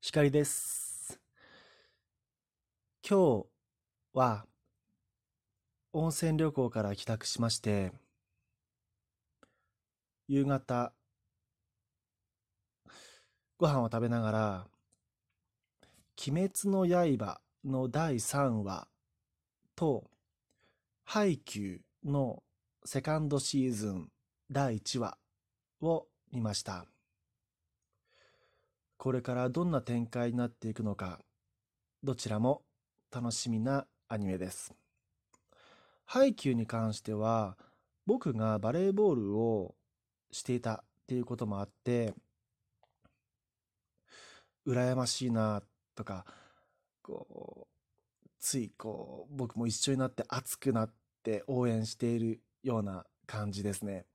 光です。今日は温泉旅行から帰宅しまして、夕方ご飯を食べながら、鬼滅の刃の第3話と、ハイキューのセカンドシーズン第1話を見ました。これからどんな展開になっていくのか、どちらも楽しみなアニメです。ハイキューに関しては、僕がバレーボールをしていたっていうこともあって、羨ましいなとか、つい僕も一緒になって熱くなって応援しているような感じですね。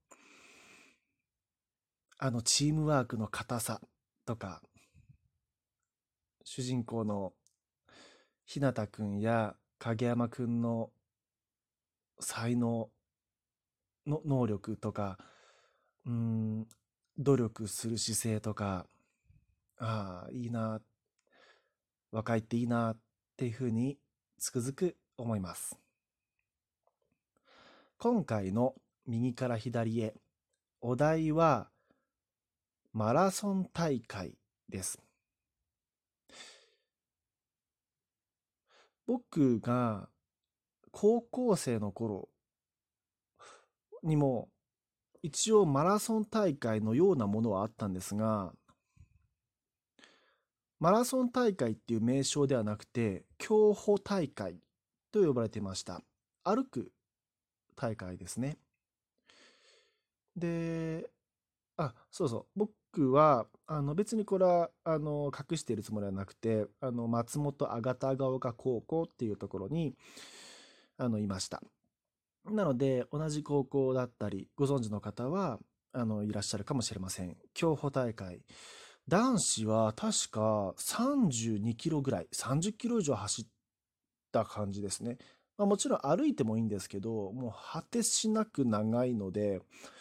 チームワークの硬さとか、主人公の日向くんや影山くんの才能の能力とか、うーん、努力する姿勢とか、ああ、いいな、若いっていいなっていうふうにつくづく思います。今回の右から左へ、お題はマラソン大会です。僕が高校生の頃にも一応マラソン大会のようなものはあったんですが、マラソン大会っていう名称ではなくて、競歩大会と呼ばれていました。歩く大会ですね。で、そうそう。僕は、別にこれは、隠しているつもりはなくて、松本あがたが丘高校っていうところに、いました。なので、同じ高校だったり、ご存知の方は、いらっしゃるかもしれません。競歩大会。男子は確か32キロぐらい、30キロ以上走った感じですね。もちろん歩いてもいいんですけど、もう果てしなく長いので、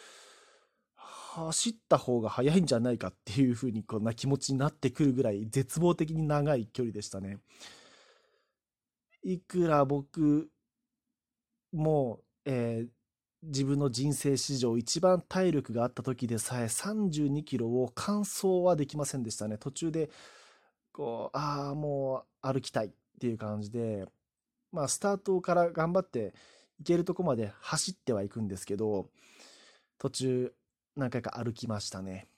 走った方が早いんじゃないかっていう風にこんな気持ちになってくるぐらい絶望的に長い距離でしたね。いくら僕も、自分の人生史上一番体力があった時でさえ32キロを完走はできませんでしたね。途中でもう歩きたいっていう感じで、スタートから頑張って行けるとこまで走ってはいくんですけど、途中何回か歩きましたね。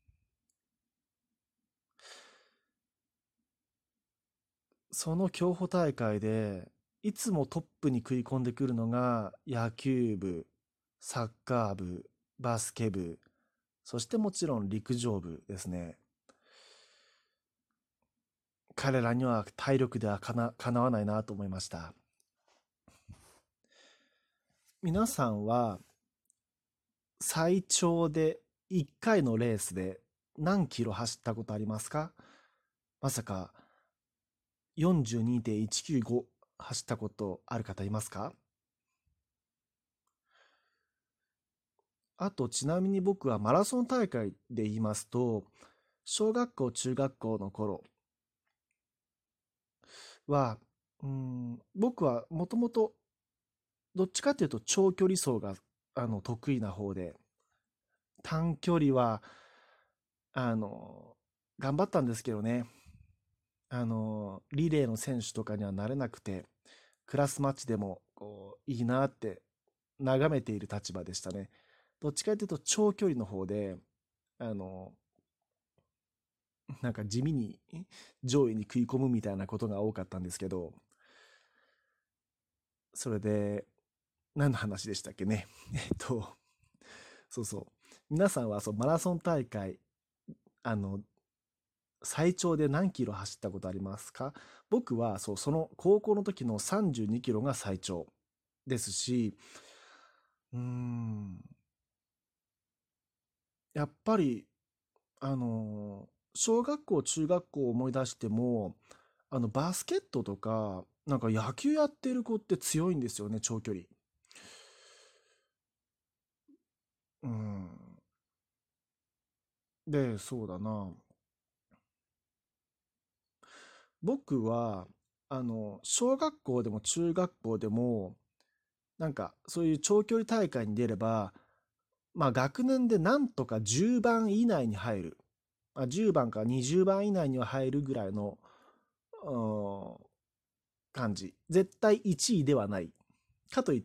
その競歩大会で、いつもトップに食い込んでくるのが野球部、サッカー部、バスケ部、そしてもちろん陸上部ですね。彼らには体力ではかなわないなと思いました。皆さんは最長で1回のレースで何キロ走ったことありますか？まさか42.195走ったことある方いますか？あと、ちなみに僕はマラソン大会で言いますと、小学校、中学校の頃は、僕はもともとどっちかっていうと長距離走が得意な方で、短距離は、あの、頑張ったんですけどね、リレーの選手とかにはなれなくて、クラスマッチでもいいなって眺めている立場でしたね。どっちかっていうと長距離の方で、あの、なんか地味に上位に食い込むみたいなことが多かったんですけど、それで、何の話でしたっけね。そうそう。皆さんはマラソン大会、あの、最長で何キロ走ったことありますか？僕はその高校の時の32キロが最長ですし、うーん、やっぱり、小学校、中学校を思い出しても、バスケットとか、なんか野球やってる子って強いんですよね、長距離。うん。で、そうだな。 僕は、小学校でも中学校でも、なんか、そういう長距離大会に出れば、まあ、学年でなんとか10番以内に入る。10番か20番以内には入るぐらいの、うん、感じ。絶対1位ではない。かといって、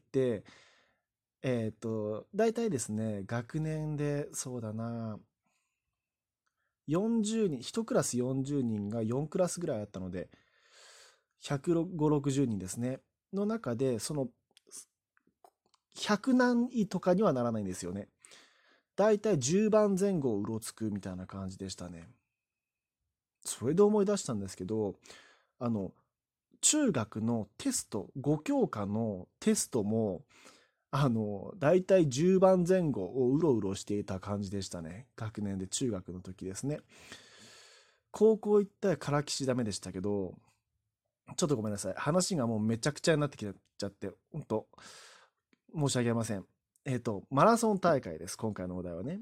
大体ですね、学年で、そうだな、40人、1クラス40人が4クラスぐらいあったので、150、60人ですね。の中で、その、100何位とかにはならないんですよね。だいたい10番前後をうろつくみたいな感じでしたね。それで思い出したんですけど、あの、中学のテスト、5教科のテストも、だいたい10番前後をうろうろしていた感じでしたね。学年で中学の時ですね。高校行ったらからきしダメでしたけど、ちょっとごめんなさい。話がもうめちゃくちゃになってきちゃって、本当申し訳ありません。マラソン大会です。今回のお題はね。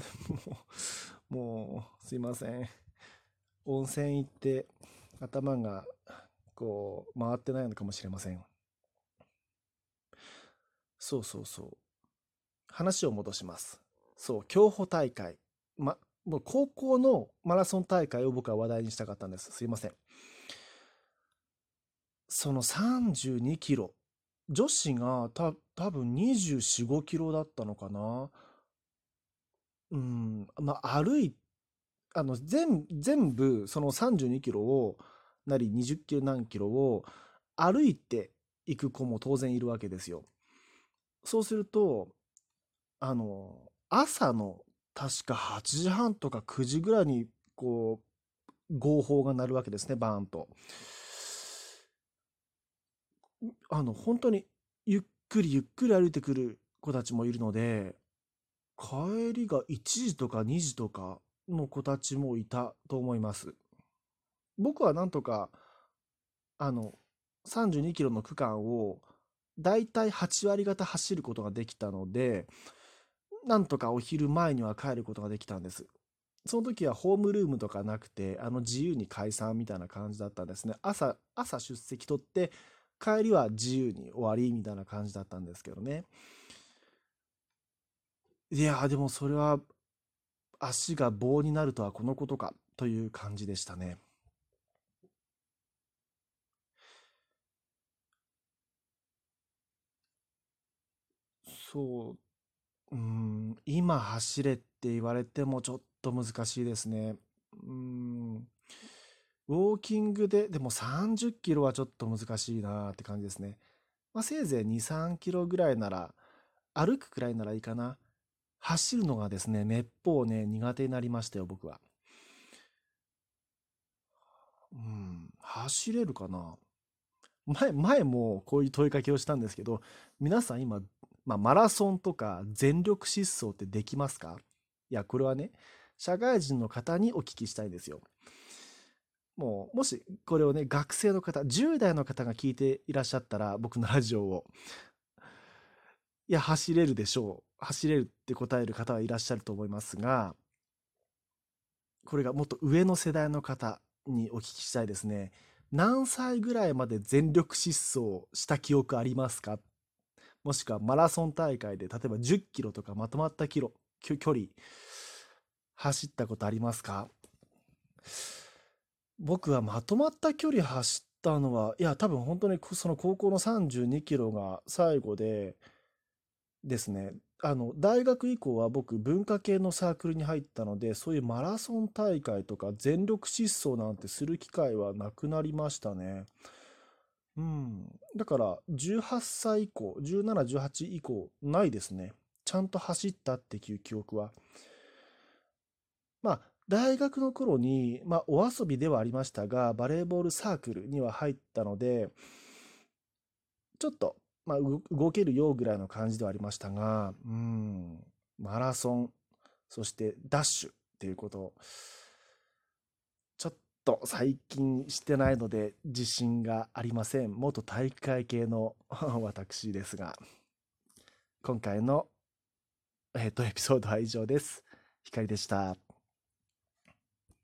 すいません。温泉行って頭がこう回ってないのかもしれません。そうそうそう。話を戻します。そう、競歩大会。ま、もう高校のマラソン大会を僕は話題にしたかったんです。すいません。その32キロ。女子が多分24、5キロだったのかな。うん、まあ、全部その32キロを、なり20キロ何キロを歩いていく子も当然いるわけですよ。そうすると、朝の確か8時半とか9時ぐらいに、こ号砲が鳴るわけですね、バーンと。本当にゆっくりゆっくり歩いてくる子たちもいるので、帰りが1時とか2時とかの子たちもいたと思います。僕はなんとか、あの、32キロの区間をだいたい8割方走ることができたので、なんとかお昼前には帰ることができたんです。その時はホームルームとかなくて、自由に解散みたいな感じだったんですね。朝出席取って、帰りは自由に終わりみたいな感じだったんですけどね。いやー、でもそれは足が棒になるとはこのことかという感じでしたね。そう、今走れって言われてもちょっと難しいですね。うーん、ウォーキングで、でも30キロはちょっと難しいなーって感じですね。まあ、せいぜい2、3キロぐらいなら、歩くくらいならいいかな。走るのがですね、めっぽうね、苦手になりましたよ、僕は。走れるかな。前もこういう問いかけをしたんですけど、皆さん今、マラソンとか全力疾走ってできますか？いや、これはね、社会人の方にお聞きしたいんですよ。もしこれをね、学生の方、10代の方が聞いていらっしゃったら、僕のラジオを、いや、走れるでしょう。走れるって答える方はいらっしゃると思いますが、これがもっと上の世代の方にお聞きしたいですね。何歳ぐらいまで全力疾走した記憶ありますか？もしくはマラソン大会で、例えば10キロとかまとまった距離、走ったことありますか？僕はまとまった距離走ったのは、いや、多分本当にその高校の32キロが最後でですね、大学以降は僕文化系のサークルに入ったので、そういうマラソン大会とか全力疾走なんてする機会はなくなりましたね。うん。だから18歳以降、17、18以降ないですね。ちゃんと走ったっていう記憶は。まあ、大学の頃に、お遊びではありましたが、バレーボールサークルには入ったので、ちょっと、動けるよぐらいの感じではありましたが、マラソン、そしてダッシュっていうことを、ちょっと最近してないので自信がありません。元体育会系の私ですが、今回の、エピソードは以上です。光でした。